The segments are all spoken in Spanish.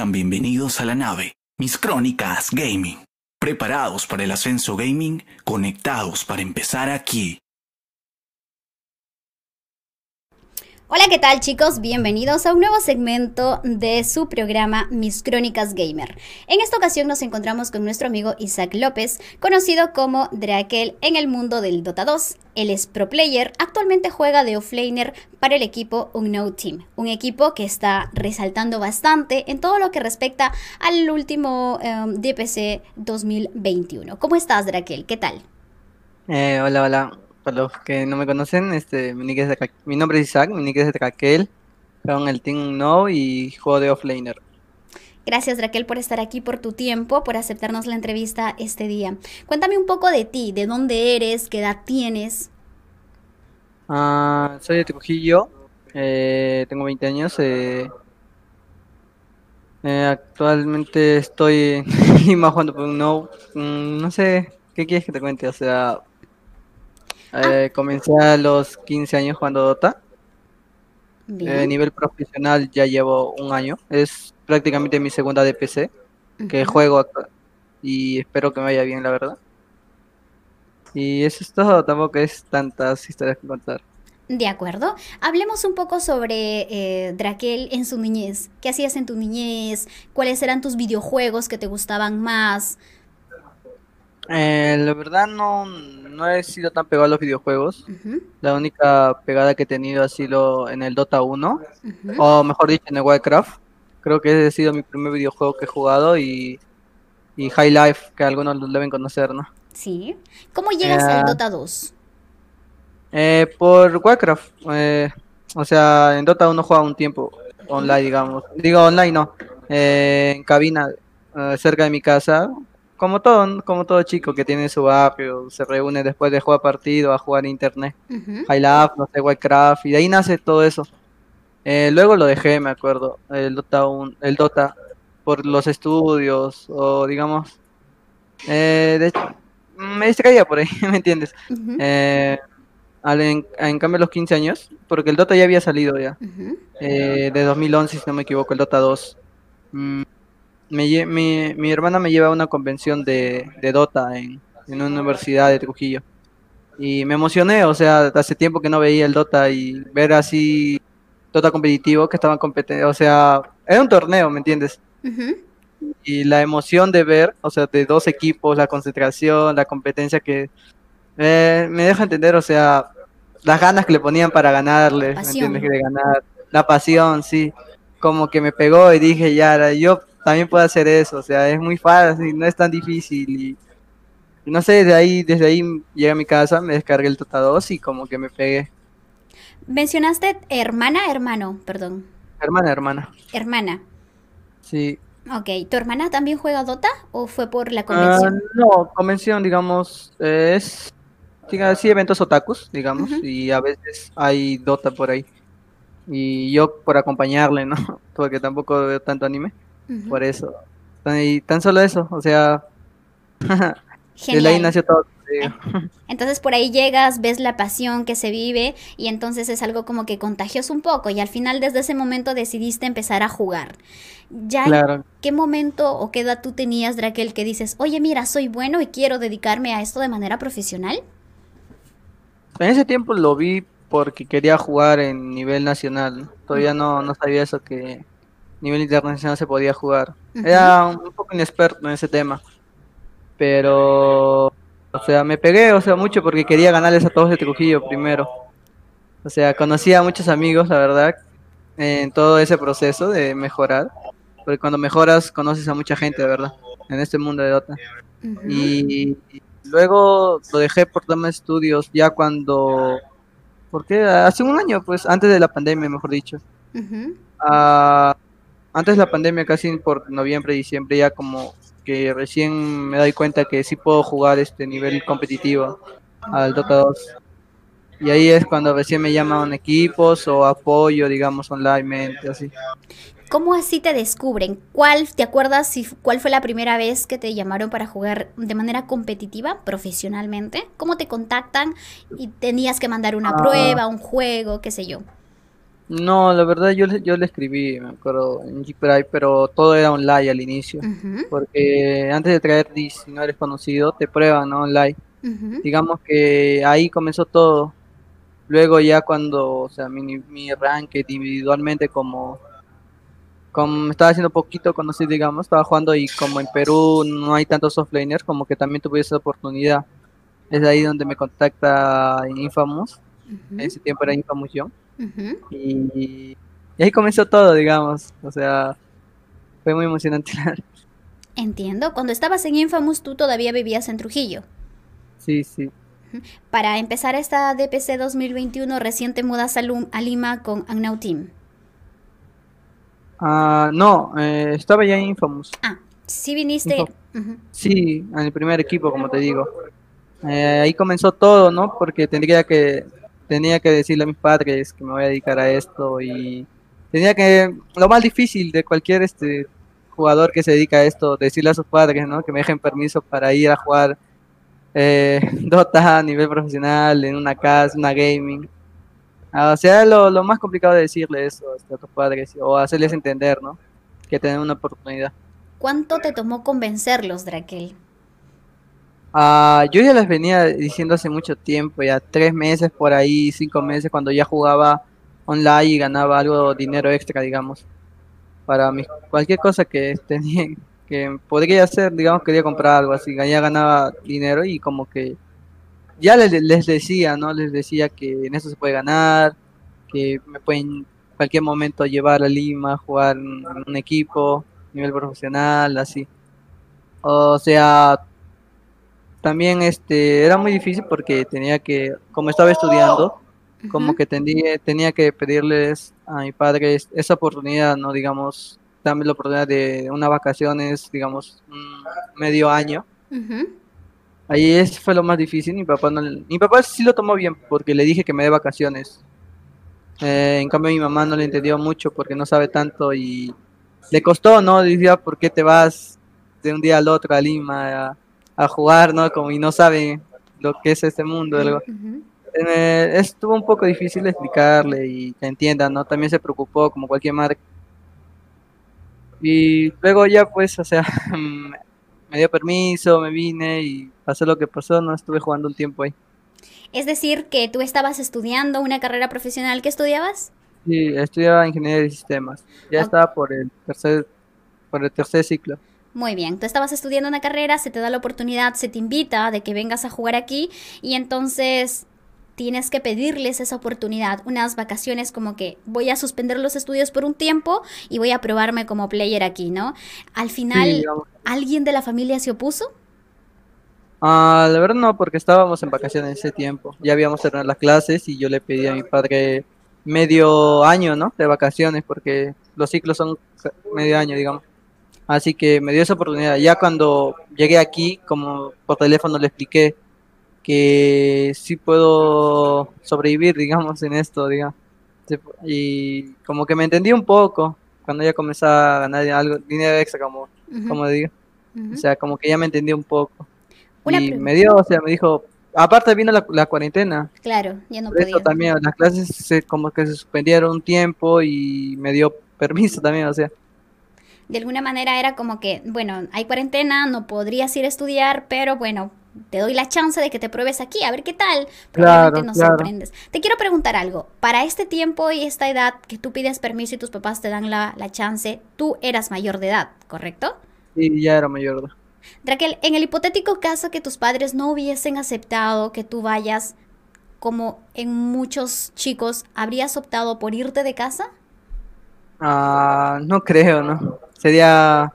Sean bienvenidos a la nave, mis crónicas gaming. Preparados para el ascenso gaming, conectados para empezar aquí. Hola, ¿qué tal, chicos? Bienvenidos a un nuevo segmento de su programa Mis Crónicas Gamer. En esta ocasión nos encontramos con nuestro amigo Isaac López, conocido como Drakel en el mundo del Dota 2. Él es pro player, actualmente juega de offlaner para el equipo Unknown Team, un equipo que está resaltando bastante en todo lo que respecta al último DPC 2021. ¿Cómo estás, Drakel? ¿Qué tal? Hola. Para los que no me conocen, mi nombre es Isaac, mi nick es Drakel, juego en el Team No y juego de offlaner. Gracias, Raquel, por estar aquí, por tu tiempo, por aceptarnos la entrevista este día. Cuéntame un poco de ti, de dónde eres, qué edad tienes. Soy de Trujillo, tengo 20 años, actualmente estoy en Lima jugando por un No, no sé, ¿qué quieres que te cuente? O sea, comencé a los 15 años jugando Dota. Bien. Nivel profesional ya llevo un año. Es prácticamente mi segunda DPC que Ujú. juego acá y espero que me vaya bien, la verdad. Y eso es todo, tampoco es tantas historias que contar. De acuerdo. Hablemos un poco sobre Drakel en su niñez. ¿Qué hacías en tu niñez? ¿Cuáles eran tus videojuegos que te gustaban más? La verdad no he sido tan pegado a los videojuegos. Ujú, La única pegada que he tenido ha sido en el Dota 1, ujú. o mejor dicho, en el Warcraft. Creo que ese ha sido mi primer videojuego que he jugado y High Life, que algunos lo deben conocer, ¿no? Sí. ¿Cómo llegas al Eh, Dota 2? por Warcraft, o sea, en Dota uno juega un tiempo online, digamos. Digo online, no, en cabina, cerca de mi casa, como todo chico que tiene su barrio, se reúne después de jugar partido a jugar internet, Ujú. High Life, no sé, Warcraft, y de ahí nace todo eso. Luego lo dejé, me acuerdo, el Dota, por los estudios, o digamos, de hecho, me distraía por ahí, ¿me entiendes? Ujú. Eh, en cambio los 15 años, porque el Dota ya había salido ya, Ujú. de 2011 si no me equivoco, el Dota 2. Mm, mi hermana me lleva a una convención de Dota en una universidad de Trujillo y me emocioné, o sea, hace tiempo que no veía el Dota y ver así Dota competitivo que estaban competiendo, o sea, era un torneo, ¿me entiendes? Ujú. Y la emoción de ver, o sea, de dos equipos, la concentración, la competencia que me deja entender, o sea, las ganas que le ponían para La ganarles, ¿me entiendes? pasión. De ganar, la pasión, sí, como que me pegó y dije, ya, yo también puedo hacer eso, o sea, es muy fácil, no es tan difícil y no sé, desde ahí llegué a mi casa, me descargué el Dota 2 y como que me pegué, Mencionaste hermana, hermano, perdón. hermana, Hermana. sí. Ok, ¿tu hermana también juega Dota o fue por la convención? No, convención, digamos, sí, eventos otakus, digamos, Ujú, y a veces hay Dota por ahí. Y yo por acompañarle, ¿no? Porque tampoco veo tanto anime, ujú. por eso. Y tan solo eso, o sea, desde ahí Genial. nació todo, te digo. En- Entonces por ahí llegas, ves la pasión que se vive y entonces es algo como que contagios un poco y al final desde ese momento decidiste empezar a jugar. ¿Ya en Claro. qué momento o qué edad tú tenías, Drakel, que dices, oye, mira, soy bueno y quiero dedicarme a esto de manera profesional? En ese tiempo lo vi porque quería jugar en nivel nacional. Todavía no sabía eso que a nivel internacional se podía jugar. Ujú. Era un poco inexperto en ese tema, pero, o sea, me pegué, o sea, mucho porque quería ganarles a todos de Trujillo primero. O sea, conocí a muchos amigos, la verdad, en todo ese proceso de mejorar, porque cuando mejoras conoces a mucha gente, de verdad, en este mundo de Dota. Ujú. Y luego lo dejé por temas de estudios, ya cuando, porque hace un año, pues antes de la pandemia, mejor dicho. Ujú. Ah, Antes de la pandemia, casi por noviembre, diciembre, ya como que recién me doy cuenta que sí puedo jugar este nivel competitivo al Dota 2. Y ahí es cuando recién me llaman equipos o apoyo, digamos, online, así. ¿Cómo así te descubren? ¿Cuál, te acuerdas si cuál fue la primera vez que te llamaron para jugar de manera competitiva, profesionalmente? ¿Cómo te contactan y tenías que mandar una Ah, prueba, un juego, qué sé yo? No, la verdad yo le escribí, me acuerdo, en Gplay, pero todo era online al inicio. Ujú, Porque antes de traer, si no eres conocido, te prueban, ¿no? Online. ujú. Digamos que ahí comenzó todo. Luego ya cuando, o sea, mi rank individualmente como me estaba haciendo poquito conocido, digamos, estaba jugando y como en Perú no hay tantos offlaners, como que también tuve esa oportunidad. Es ahí donde me contacta Infamous, en Ujú, ese tiempo era Infamous yo, ujú. y ahí comenzó todo, digamos, o sea, fue muy emocionante. Entiendo. Cuando estabas en Infamous, tú todavía vivías en Trujillo. Sí, sí. Para empezar esta DPC 2021, recién te mudas a Lima con Unknown Team. Ah, no, estaba ya en Infamous. Ah, sí viniste. Ujú, Sí, en el primer equipo, como te digo. Ahí comenzó todo, ¿no? Porque tenía que decirle a mis padres que me voy a dedicar a esto y lo más difícil de cualquier jugador que se dedica a esto, decirle a sus padres, ¿no? Que me dejen permiso para ir a jugar Dota a nivel profesional, en una casa, una gaming. O sea, lo más complicado de decirle eso a tus padres o hacerles entender, ¿no? Que tienen una oportunidad. ¿Cuánto te tomó convencerlos, Draquel? Yo ya les venía diciendo hace mucho tiempo, ya 3 meses por ahí, 5 meses, cuando ya jugaba online y ganaba algo dinero extra, digamos, para cualquier cosa que tenía, que podría hacer, digamos, quería comprar algo así, ya ganaba dinero y como que ya les decía, ¿no? Les decía que en eso se puede ganar, que me pueden cualquier momento llevar a Lima, jugar en un equipo, nivel profesional, así. O sea, también era muy difícil porque como estaba estudiando, como Ujú. que tenía que pedirles a mi padre esa oportunidad, ¿no? Digamos, darme la oportunidad de unas vacaciones, digamos, un medio año. Ujú. Ahí fue lo más difícil, mi papá sí lo tomó bien porque le dije que me dé vacaciones. En cambio mi mamá no le entendió mucho porque no sabe tanto y le costó, ¿no? Decía, ¿por qué te vas de un día al otro a Lima a jugar, ¿no? Como y no sabe lo que es este mundo. Algo. Ujú. Estuvo un poco difícil explicarle y que entienda, ¿no? También se preocupó como cualquier madre. Y luego ya pues, o sea, me dio permiso, me vine y pasó lo que pasó, ¿no? Estuve jugando un tiempo ahí. Es decir, que tú estabas estudiando una carrera profesional. ¿Qué estudiabas? Sí, estudiaba ingeniería de sistemas. Ya Ok, estaba por el tercer ciclo. muy bien, tú estabas estudiando una carrera, se te da la oportunidad, se te invita de que vengas a jugar aquí y entonces tienes que pedirles esa oportunidad, unas vacaciones como que voy a suspender los estudios por un tiempo y voy a probarme como player aquí, ¿no? Al Sí, final, digamos. ¿alguien de la familia se opuso? La verdad no, porque estábamos en vacaciones ese tiempo. Ya habíamos terminado las clases y yo le pedí a mi padre medio año, ¿no? De vacaciones, porque los ciclos son medio año, digamos. Así que me dio esa oportunidad. Ya cuando llegué aquí, como por teléfono le expliqué que sí puedo sobrevivir, digamos, en esto, digamos. Y como que me entendí un poco cuando ya comencé a ganar algo, dinero extra, Ujú, como digo. O ujú. sea, como que ya me entendí un poco. Una Y pregunta. o sea, me dijo, aparte vino la cuarentena, Claro, ya no por eso podía. también las clases como que se suspendieron un tiempo y me dio permiso también, o sea, De alguna manera era como que, bueno, hay cuarentena, no podrías ir a estudiar, pero bueno, te doy la chance de que te pruebes aquí, a ver qué tal. Probablemente claro, nos claro, sorprendes. Te quiero preguntar algo. Para este tiempo y esta edad que tú pides permiso y tus papás te dan la chance, tú eras mayor de edad, ¿correcto? sí, ya era mayor de edad. Raquel, en el hipotético caso que tus padres no hubiesen aceptado que tú vayas, como en muchos chicos, ¿habrías optado por irte de casa? No creo, ¿no? Sería,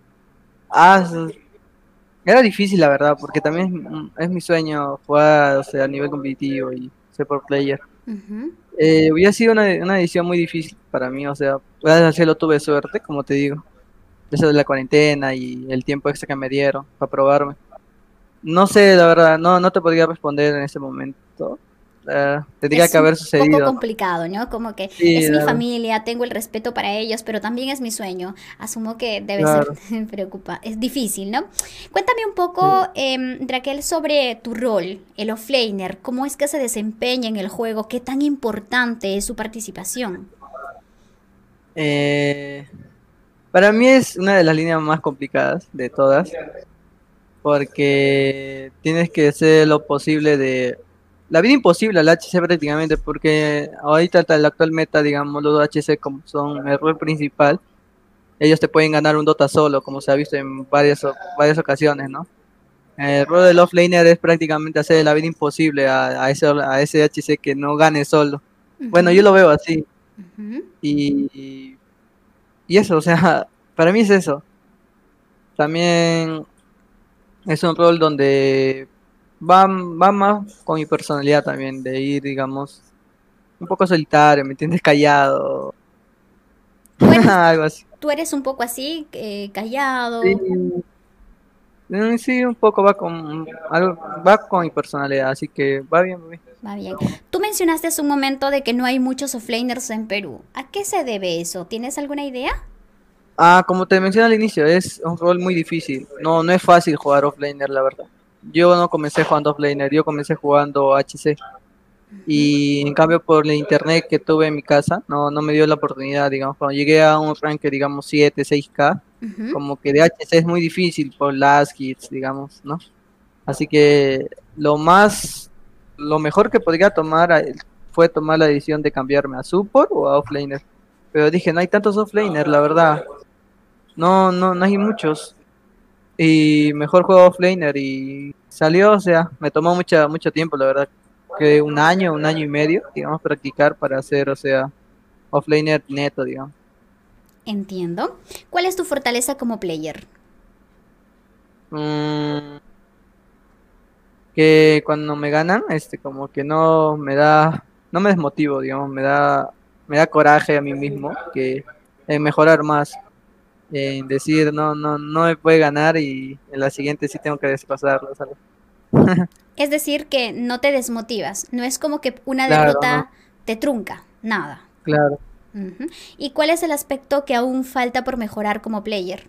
era difícil la verdad, porque también es mi sueño jugar, o sea, a nivel competitivo y ser pro player. Ujú. Hubiera sido una decisión muy difícil para mí, o sea, gracias al cielo tuve suerte, como te digo, eso de la cuarentena y el tiempo extra que me dieron para probarme. No sé, la verdad, no te podría responder en ese momento. Tendría Es que un haber poco sucedido. complicado, ¿no? Como que Sí, es mi familia, tengo el respeto para ellos, pero también es mi sueño. Asumo que debe ser claro. es difícil, ¿no? Cuéntame un Sí. poco, Raquel, sobre tu rol, el offlaner, cómo es que se desempeña en el juego, qué tan importante es su participación. Eh, para mí es una de las líneas más complicadas de todas, porque tienes que hacer lo posible de... La vida imposible al HC prácticamente, porque ahorita el actual meta, digamos, los HC como son el rol principal, ellos te pueden ganar un Dota solo, como se ha visto en varias ocasiones, ¿no? El rol del offlaner es prácticamente hacer la vida imposible a ese HC que no gane solo. Bueno, yo Ujú, lo veo así. ujú. Y, y eso, o sea, para mí es eso. También es un rol donde va más con mi personalidad también, de ir, digamos, un poco solitario, ¿me entiendes? Callado, Tú eres, algo así. tú eres un poco así, Sí, callado. sí, un poco va con mi personalidad, así que va bien, va bien. Va bien. Tú mencionaste hace un momento de que no hay muchos offlaners en Perú. ¿A qué se debe eso? ¿Tienes alguna idea? Como te mencioné al inicio, es un rol muy difícil. No es fácil jugar offlaner, la verdad. Yo no comencé jugando offlaner, yo comencé jugando HC. Ujú, Y en cambio por el internet que tuve en mi casa, no me dio la oportunidad, digamos, cuando llegué a un rank, digamos, 7 6K, ujú. como que de HC es muy difícil por las hits, digamos, ¿no? Así que lo mejor que podría tomar fue tomar la decisión de cambiarme a support o a offlaner. Pero dije, no hay tantos offlaner, la verdad. No hay muchos. Y mejor juego offlaner y salió, o sea, me tomó mucho tiempo, la verdad, que un año y medio, digamos, practicar para hacer, o sea, offlaner neto, digamos. Entiendo. ¿Cuál es tu fortaleza como player? Mm, que cuando me ganan, como que no me desmotivo, digamos, me da coraje a mí mismo que en mejorar más, en decir, no me puede ganar y en la siguiente sí tengo que despasarlo, ¿sabes? Es decir, que no te desmotivas. No es como que una Claro, no, derrota te trunca. Nada. claro. Ujú. ¿Y cuál es el aspecto que aún falta por mejorar como player?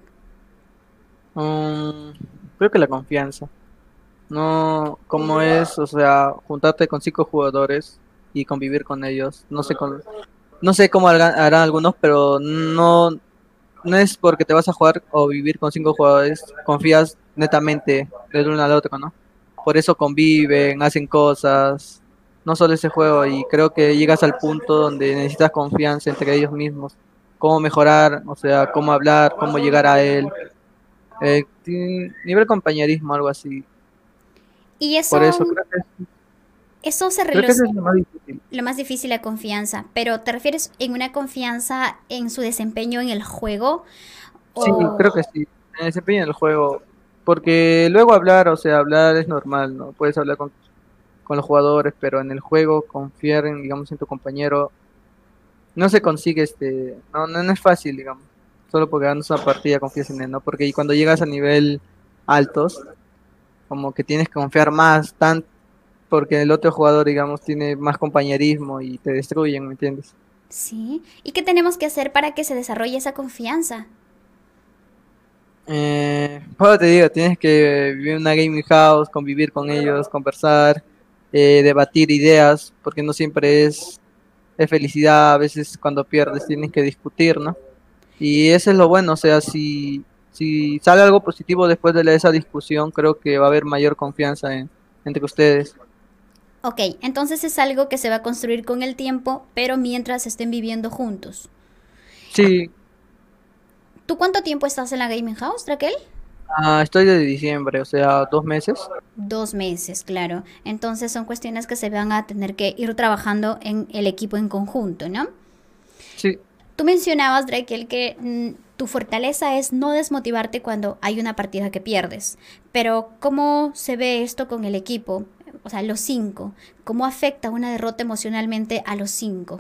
Mm, creo que la confianza. No, como es, o sea, juntarte con 5 jugadores y convivir con ellos. No sé cómo harán algunos, pero no es porque te vas a jugar o vivir con 5 jugadores, confías netamente del uno al otro, ¿no? Por eso conviven, hacen cosas, no solo ese juego, y creo que llegas al punto donde necesitas confianza entre ellos mismos, cómo mejorar, o sea, cómo hablar, cómo llegar a él, nivel compañerismo, algo así. Y Por eso, eso eso se creo que relaciona. eso es lo más difícil. Lo más difícil, la confianza. Pero ¿te refieres en una confianza en su desempeño en el juego? Sí, O... creo que sí, me desempeño en el juego, porque luego hablar, o sea, hablar es normal, ¿no? Puedes hablar con los jugadores, pero en el juego confiar en, digamos, en tu compañero no se consigue, no es fácil, digamos, solo porque ganas una partida confías en él, ¿no? Porque cuando llegas a nivel altos, como que tienes que confiar más, porque el otro jugador, digamos, tiene más compañerismo y te destruyen, ¿me entiendes? Sí. ¿Y qué tenemos que hacer para que se desarrolle esa confianza? Bueno, te digo, tienes que vivir en una gaming house, convivir con ellos, conversar, debatir ideas, porque no siempre es felicidad, a veces cuando pierdes tienes que discutir, ¿no? Y eso es lo bueno, o sea, si sale algo positivo después de esa discusión, creo que va a haber mayor confianza entre ustedes. Ok, entonces es algo que se va a construir con el tiempo, pero mientras estén viviendo juntos. Sí, ¿Tú cuánto tiempo estás en la gaming house, Raquel? estoy desde diciembre, o sea, 2 meses. 2 meses, claro. Entonces son cuestiones que se van a tener que ir trabajando en el equipo en conjunto, ¿no? Sí, Tú mencionabas, Raquel, que tu fortaleza es no desmotivarte cuando hay una partida que pierdes. Pero ¿cómo se ve esto con el equipo? O sea, los cinco. ¿Cómo afecta una derrota emocionalmente a los cinco?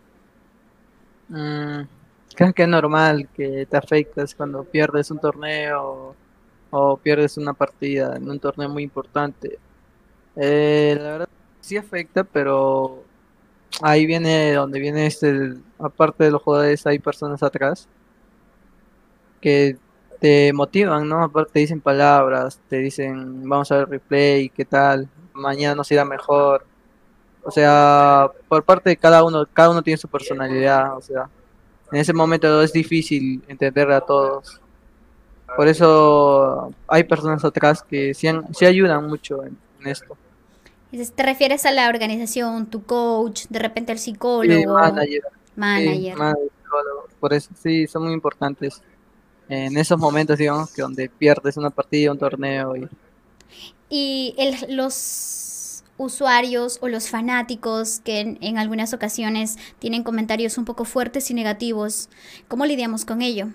mm, creo que es normal que te afectes cuando pierdes un torneo o pierdes una partida en un torneo muy importante. La verdad sí afecta, pero ahí viene donde viene aparte de los jugadores hay personas atrás que te motivan, ¿no? Aparte te dicen palabras, te dicen vamos a ver replay, ¿qué tal? Mañana nos irá mejor. O sea, por parte de cada uno tiene su personalidad, o sea. En ese momento es difícil entender a todos. Por eso hay personas atrás que sí ayudan mucho en esto. ¿Te refieres a la organización, tu coach, de repente el Sí, psicólogo, manager, sí, manager? manager, psicólogo. Por eso sí, son muy importantes en esos momentos, digamos, que donde pierdes una partida, un torneo. Y los usuarios o los fanáticos que en algunas ocasiones tienen comentarios un poco fuertes y negativos, ¿cómo lidiamos con ello?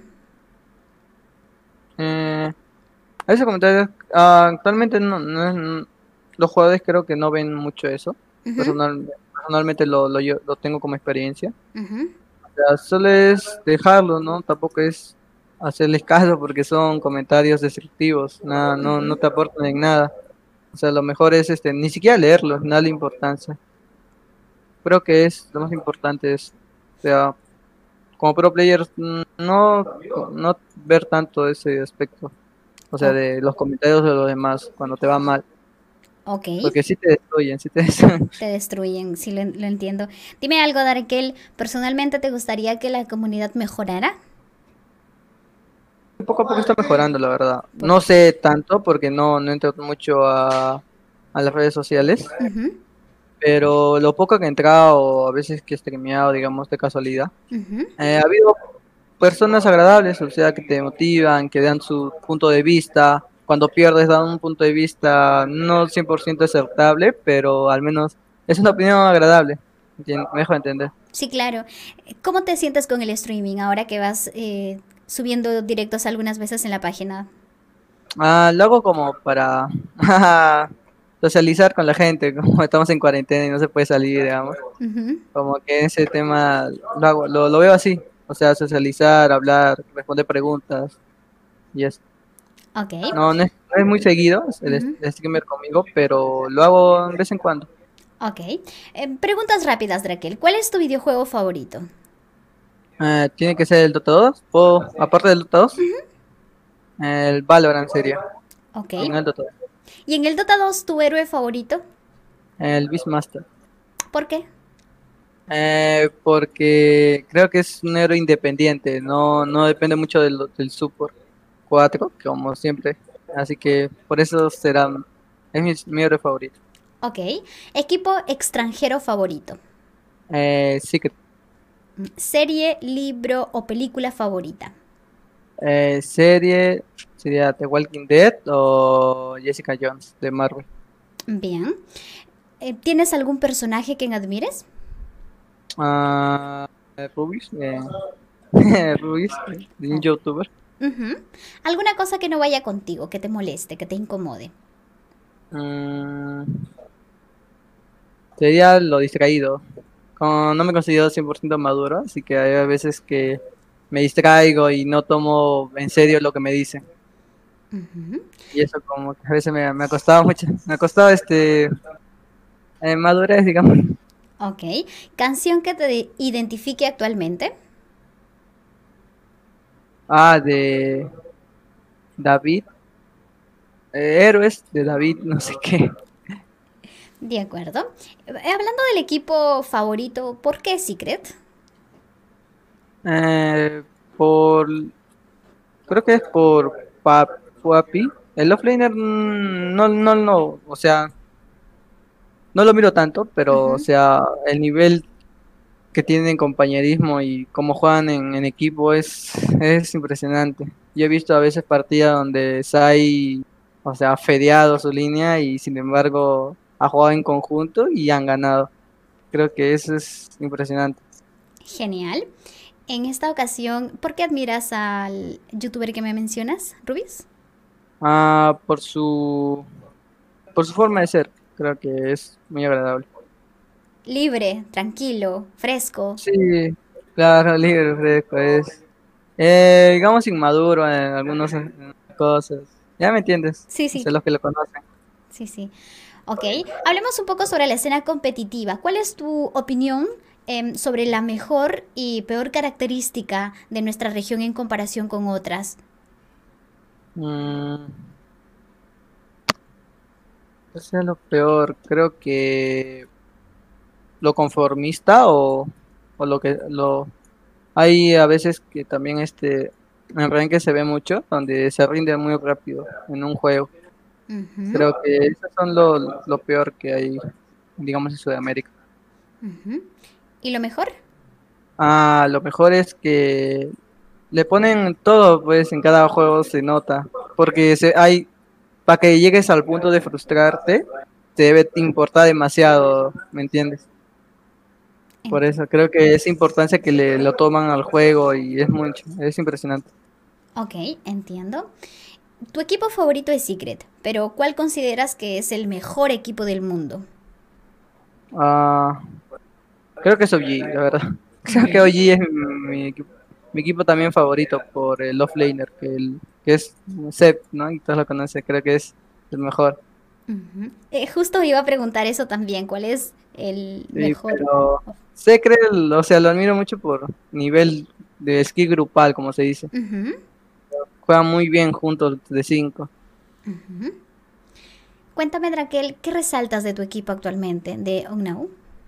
Eh, a ese comentario, actualmente los jugadores creo que no ven mucho eso. Ujú, Personalmente lo tengo como experiencia. ujú. O sea, solo es dejarlo, ¿no? Tampoco es hacerles caso porque son comentarios destructivos, nada, no te aportan en nada. O sea, lo mejor es ni siquiera leerlos, nada de importancia. Creo que es lo más importante es, o sea, como pro player, no ver tanto ese aspecto, o sea, O- de los comentarios de los demás cuando te va mal, ok, porque sí te destruyen, sí te destruyen. te destruyen, sí lo entiendo. Dime algo, Darkel, ¿personalmente te gustaría que la comunidad mejorara? Poco a poco está mejorando, la verdad. Poco No a poco. sé tanto porque no entro mucho a las redes sociales, Ujú, pero lo poco que he entrado o a veces que he streameado, digamos, de casualidad, ujú. ha habido personas agradables, o sea, que te motivan, que dan su punto de vista. Cuando pierdes, dan un punto de vista no 100% aceptable, pero al menos es una opinión agradable. Me dejo entender. Sí, claro. ¿Cómo te sientes con el streaming ahora que vas subiendo directos algunas veces en la página? Lo hago como para socializar con la gente, como estamos en cuarentena y no se puede salir, digamos. Ujú. Como que ese tema lo veo así. O sea, socializar, hablar, responder preguntas y eso. Ok. No es muy seguido Ujú. el streamer conmigo, pero lo hago de vez en cuando. Ok. Preguntas rápidas, Raquel. ¿Cuál es tu videojuego favorito? Tiene que ser el Dota 2. O, aparte del Dota 2, el Valorant sería. Ok. Y no el Dota 2. ¿Y en el Dota 2 tu héroe favorito? El Beastmaster. ¿Por qué? Porque creo que es un héroe independiente. No depende mucho del support 4, como siempre. Así que por eso es mi héroe favorito. Ok. Equipo extranjero favorito. Secret. Serie, libro o película favorita. Serie sería The Walking Dead o Jessica Jones de Marvel. Bien. ¿Tienes algún personaje que admires? Ah, Rubius, Rubius, de un Oh. youtuber. Ujú. ¿Alguna cosa que no vaya contigo, que te moleste, que te incomode? Mm, sería lo distraído. Como no me considero 100% maduro, así que hay veces que me distraigo y no tomo en serio lo que me dicen. Ujú. Y eso como que a veces me ha costado mucho. Me ha costado madurez, digamos. Ok. ¿Canción que te identifique actualmente? De David, Héroes de David, no sé qué. De acuerdo. Hablando del equipo favorito, ¿por qué Secret? Eh, por Creo que es por Papi. El offlaner, no, o sea, no lo miro tanto, pero, o Ujú. sea, el nivel que tienen en compañerismo y cómo juegan en equipo es impresionante. Yo he visto a veces partidas donde Sai, o sea, ha fedeado su línea y sin embargo ha jugado en conjunto y han ganado. Creo que eso es impresionante. Genial. En esta ocasión, ¿por qué admiras al youtuber que me mencionas, Rubis? Ah, por su forma de ser, creo que es muy agradable. Libre, tranquilo, fresco. Sí, claro, libre, fresco, digamos inmaduro en algunas cosas. Ya me entiendes, Sí, o sea, sí, los que lo conocen. sí, sí. Ok, hablemos un poco sobre la escena competitiva. ¿Cuál es tu opinión sobre la mejor y peor característica de nuestra región en comparación con otras? Mm, Eso es lo peor, creo que lo conformista o lo que lo... Hay a veces que también en ranking se ve mucho, donde se rinde muy rápido en un juego. Ujú, Creo que esos son lo peor que hay, digamos, en Sudamérica. ujú. ¿Y lo mejor? Ah, lo mejor es que le ponen todo, pues en cada juego se nota, porque para que llegues al punto de frustrarte, te debe importar demasiado, ¿me entiendes? Por Enti- eso creo que es importancia que lo toman al juego y es mucho, es impresionante. ok, entiendo. Tu equipo favorito es Secret, pero ¿cuál consideras que es el mejor equipo del mundo? Ah, creo que es OG, la verdad. Creo que Ujú, OG es mi equipo también favorito por el offlaner, que es Sep, ¿no? Y todos lo conocen, creo que es el mejor. ujú. Justo iba a preguntar eso también, ¿cuál es el Sí, mejor? pero Secret, o sea, lo admiro mucho por nivel de skill grupal, como se dice. Ujú, Juegan muy bien juntos de 5. ujú. Cuéntame, Draquel, ¿qué resaltas de tu equipo actualmente, de Unknown?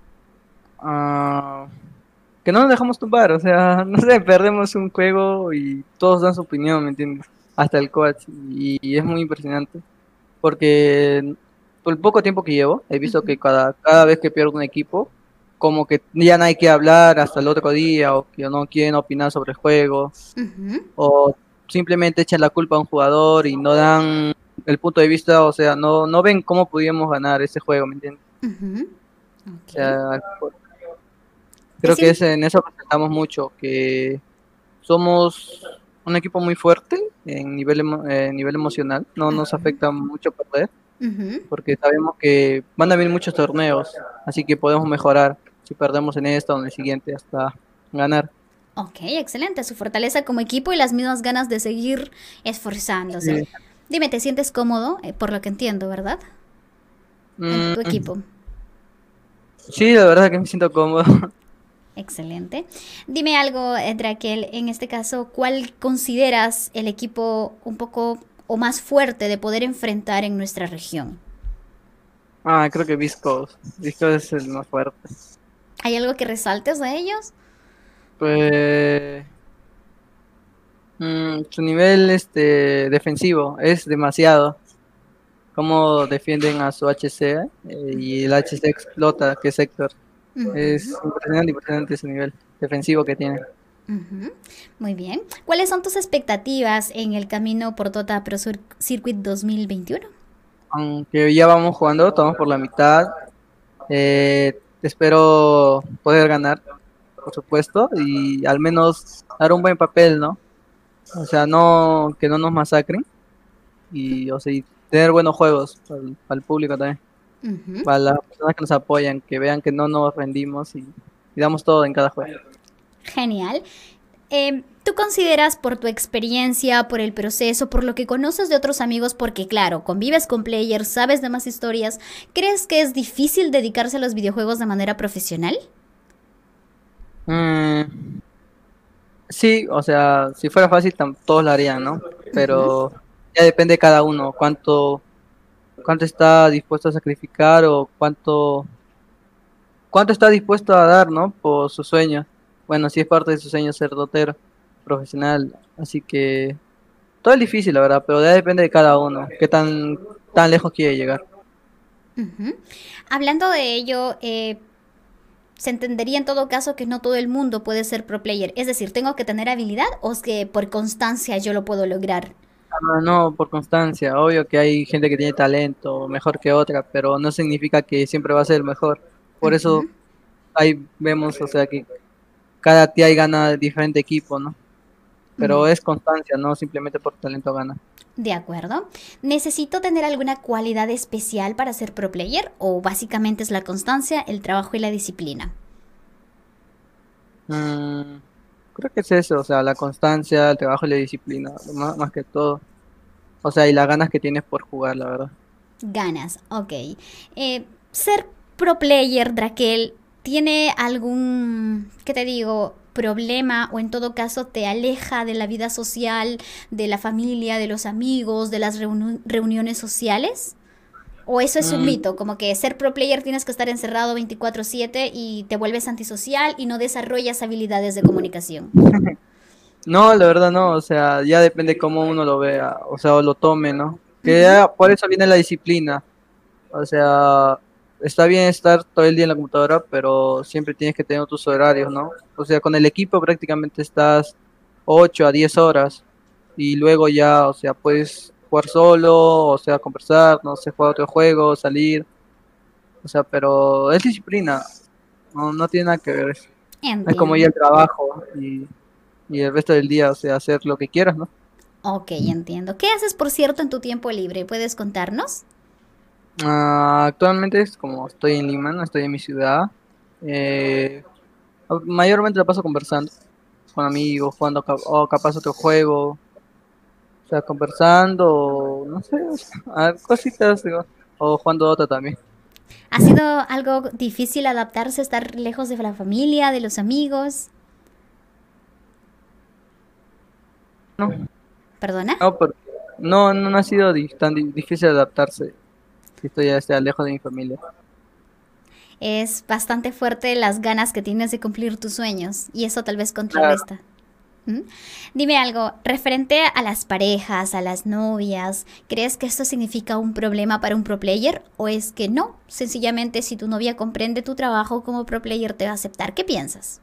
Que no nos dejamos tumbar, o sea, no sé, perdemos un juego y todos dan su opinión, ¿me entiendes? Hasta el coach, y es muy impresionante, porque por el poco tiempo que llevo, he visto que Ujú, cada vez que pierdo un equipo, como que ya no hay que hablar hasta el otro día, o que no quieren opinar sobre el juego, ujú, o simplemente echan la culpa a un jugador y no dan el punto de vista, o sea, no ven cómo pudimos ganar ese juego, ¿me entiendes? ujú. O Ok. sea, creo Es que im- en eso resaltamos mucho, que somos un equipo muy fuerte en nivel emocional, no nos Ajá. afecta mucho perder, Ujú. porque sabemos que van a venir muchos torneos, así que podemos mejorar si perdemos en esta o en el siguiente hasta ganar. Ok, excelente. Su fortaleza como equipo y las mismas ganas de seguir esforzándose. Sí. Dime, ¿te sientes cómodo? Por lo que entiendo, ¿verdad? En tu Mm, equipo. sí, la verdad que me siento cómodo. Excelente. Dime algo, Draquel, en este caso, ¿cuál consideras el equipo un poco o más fuerte de poder enfrentar en nuestra región? Creo que Visco es el más fuerte. ¿Hay algo que resaltes de ellos? Pues su nivel defensivo es demasiado. Cómo defienden a su HC y el HC explota, que es Héctor. Es Ujú, impresionante ese nivel defensivo que tiene. ujú. Muy bien. ¿Cuáles son tus expectativas en el camino por Dota Pro Circuit 2021? Aunque ya vamos jugando, estamos por la mitad. Espero poder ganar, por supuesto, y al menos dar un buen papel, ¿no? O sea, no que no nos masacren y, o sea, y tener buenos juegos para el público también, Ujú. para las personas que nos apoyan, que vean que no nos rendimos y damos todo en cada juego. Genial. ¿Tú consideras por tu experiencia, por el proceso, por lo que conoces de otros amigos, porque claro, convives con players, sabes de más historias, crees que es difícil dedicarse a los videojuegos de manera profesional? Mm, sí, o sea, si fuera fácil, todos lo harían, ¿no? Ujú, Pero ya depende de cada uno, cuánto está dispuesto a sacrificar o cuánto está dispuesto a dar, ¿no? Por su sueño. Bueno, sí es parte de su sueño ser dotero profesional, así que todo es difícil, la verdad, pero ya depende de cada uno, qué tan lejos quiere llegar. ujú. Hablando de ello, se entendería en todo caso que no todo el mundo puede ser pro player. Es decir, ¿tengo que tener habilidad o es que por constancia yo lo puedo lograr? No, por constancia, obvio que hay gente que tiene talento mejor que otra, pero no significa que siempre va a ser el mejor. Por eso Ujú. ahí vemos, o sea, que cada tía y gana diferente equipo, ¿no? Pero Muy es constancia, no simplemente por talento gana. de acuerdo. ¿Necesito tener alguna cualidad especial para ser pro player o básicamente es la constancia, el trabajo y la disciplina? Mm, creo que es eso, o sea, la constancia, el trabajo y la disciplina, más que todo. O sea, y las ganas que tienes por jugar, la verdad. Ganas, ok. Ser pro player, Draquel, ¿tiene algún, qué te digo, problema o en todo caso te aleja de la vida social, de la familia, de los amigos, de las reuniones sociales? ¿O eso es un Mm, mito? Como que ser pro player tienes que estar encerrado 24/7 y te vuelves antisocial y no desarrollas habilidades de comunicación. no, la verdad no, o sea, ya depende cómo uno lo vea, o sea, o lo tome, ¿no? Que Ujú. ya por eso viene la disciplina, o sea, está bien estar todo el día en la computadora, pero siempre tienes que tener tus horarios, ¿no? O sea, con el equipo prácticamente estás 8 a 10 horas y luego ya, o sea, puedes jugar solo, o sea, conversar, no sé, jugar otro juego, salir, o sea, pero es disciplina, no, no tiene nada que ver, es como ir Entiendo. al trabajo y el resto del día, o sea, hacer lo que quieras, ¿no? Ok, entiendo. ¿Qué haces, por cierto, en tu tiempo libre? ¿Puedes contarnos? Actualmente es como estoy en Lima, no estoy en mi ciudad. eh, Mayormente la paso conversando con amigos, jugando o capaz otro juego, o sea, conversando, o no sé, o sea, cositas, digo, o jugando otra también. ¿Ha sido algo difícil adaptarse, estar lejos de la familia, de los amigos? No, ¿Perdona? no, porque no ha sido difícil adaptarse si estoy ya sea, lejos de mi familia. Es bastante fuerte las ganas que tienes de cumplir tus sueños y eso tal vez Claro. contrarresta. ¿Mm? Dime algo, referente a las parejas, a las novias, ¿crees que esto significa un problema para un pro player o es que no? Sencillamente si tu novia comprende tu trabajo como pro player te va a aceptar. ¿Qué piensas?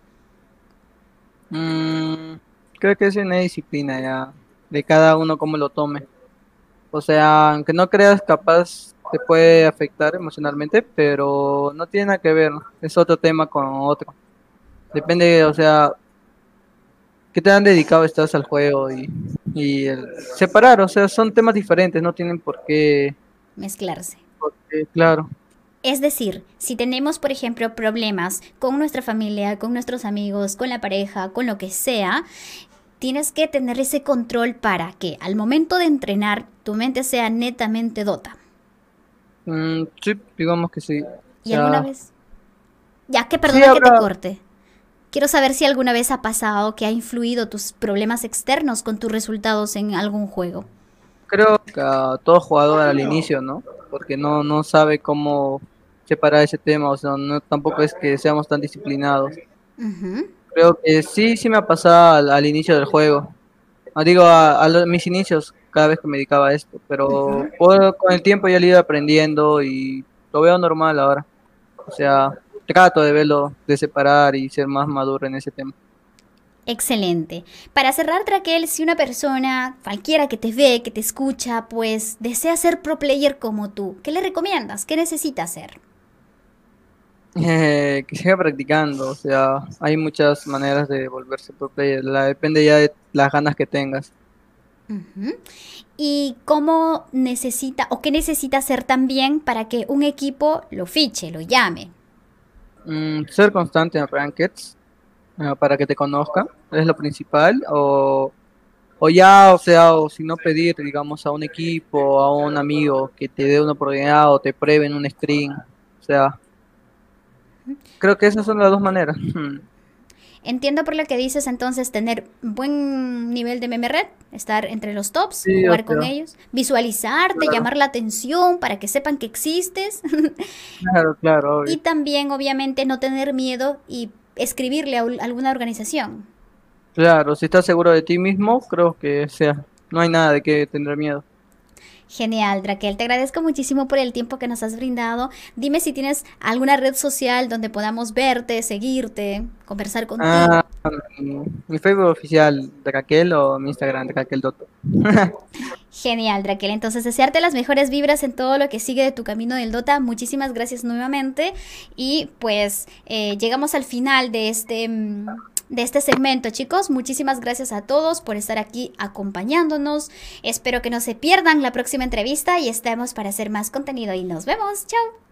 Mm, Creo que es una disciplina ya, de cada uno cómo lo tome. O sea, aunque no creas, capaz te puede afectar emocionalmente, pero no tiene nada que ver, ¿no? Es otro tema con otro. Depende, o sea, qué te han dedicado estás al juego y separar, o sea, son temas diferentes, no tienen Mezclarse. claro. Es decir, si tenemos, por ejemplo, problemas con nuestra familia, con nuestros amigos, con la pareja, con lo que sea, tienes que tener ese control para que al momento de entrenar tu mente sea netamente Dota. Sí, digamos que sí. O ¿Y alguna sea, vez? Ya que sí perdona que te habrá, corte. Quiero saber si alguna vez ha pasado que ha influido tus problemas externos con tus resultados en algún juego. creo que a todo jugador al inicio, ¿no? Porque no sabe cómo separar ese tema, o sea, no, tampoco es que seamos tan disciplinados. Ujú. Creo que sí me ha pasado al inicio del juego. Digo, mis inicios, cada vez que me dedicaba a esto, pero con el tiempo ya lo he ido aprendiendo y lo veo normal ahora. O sea, trato de verlo, de separar y ser más maduro en ese tema. Excelente. Para cerrar, Raquel, si una persona, cualquiera que te ve, que te escucha, pues desea ser pro player como tú, ¿qué le recomiendas? ¿Qué necesita hacer? Que siga practicando, o sea, hay muchas maneras de volverse pro player, depende ya de las ganas que tengas. Ujú. ¿Y cómo necesita o qué necesita hacer también para que un equipo lo fiche, lo llame? Ser constante en rankeds, para que te conozcan, es lo principal, o ya, o sea, o si no pedir, digamos, a un equipo, a un amigo que te dé una oportunidad o te pruebe en un stream. O sea, creo que esas son las dos maneras. Entiendo por lo que dices entonces tener buen nivel de meme red, estar entre los tops, Sí, o jugar con sea, ellos, visualizarte, claro, llamar la atención para que sepan que existes claro, y obvio. también obviamente no tener miedo y escribirle a alguna organización. Claro, si estás seguro de ti mismo, creo que, o sea, no hay nada de qué tener miedo. Genial, Raquel. Te agradezco muchísimo por el tiempo que nos has brindado. Dime si tienes alguna red social donde podamos verte, seguirte, conversar contigo. Ah, mi Facebook oficial de Raquel o mi Instagram de Raquel Dotto. Genial, Raquel. Entonces, desearte las mejores vibras en todo lo que sigue de tu camino del Dota. Muchísimas gracias nuevamente. Y pues llegamos al final de este segmento, chicos. Muchísimas gracias a todos por estar aquí acompañándonos. Espero que no se pierdan la próxima entrevista y estemos para hacer más contenido. Y nos vemos. Chao.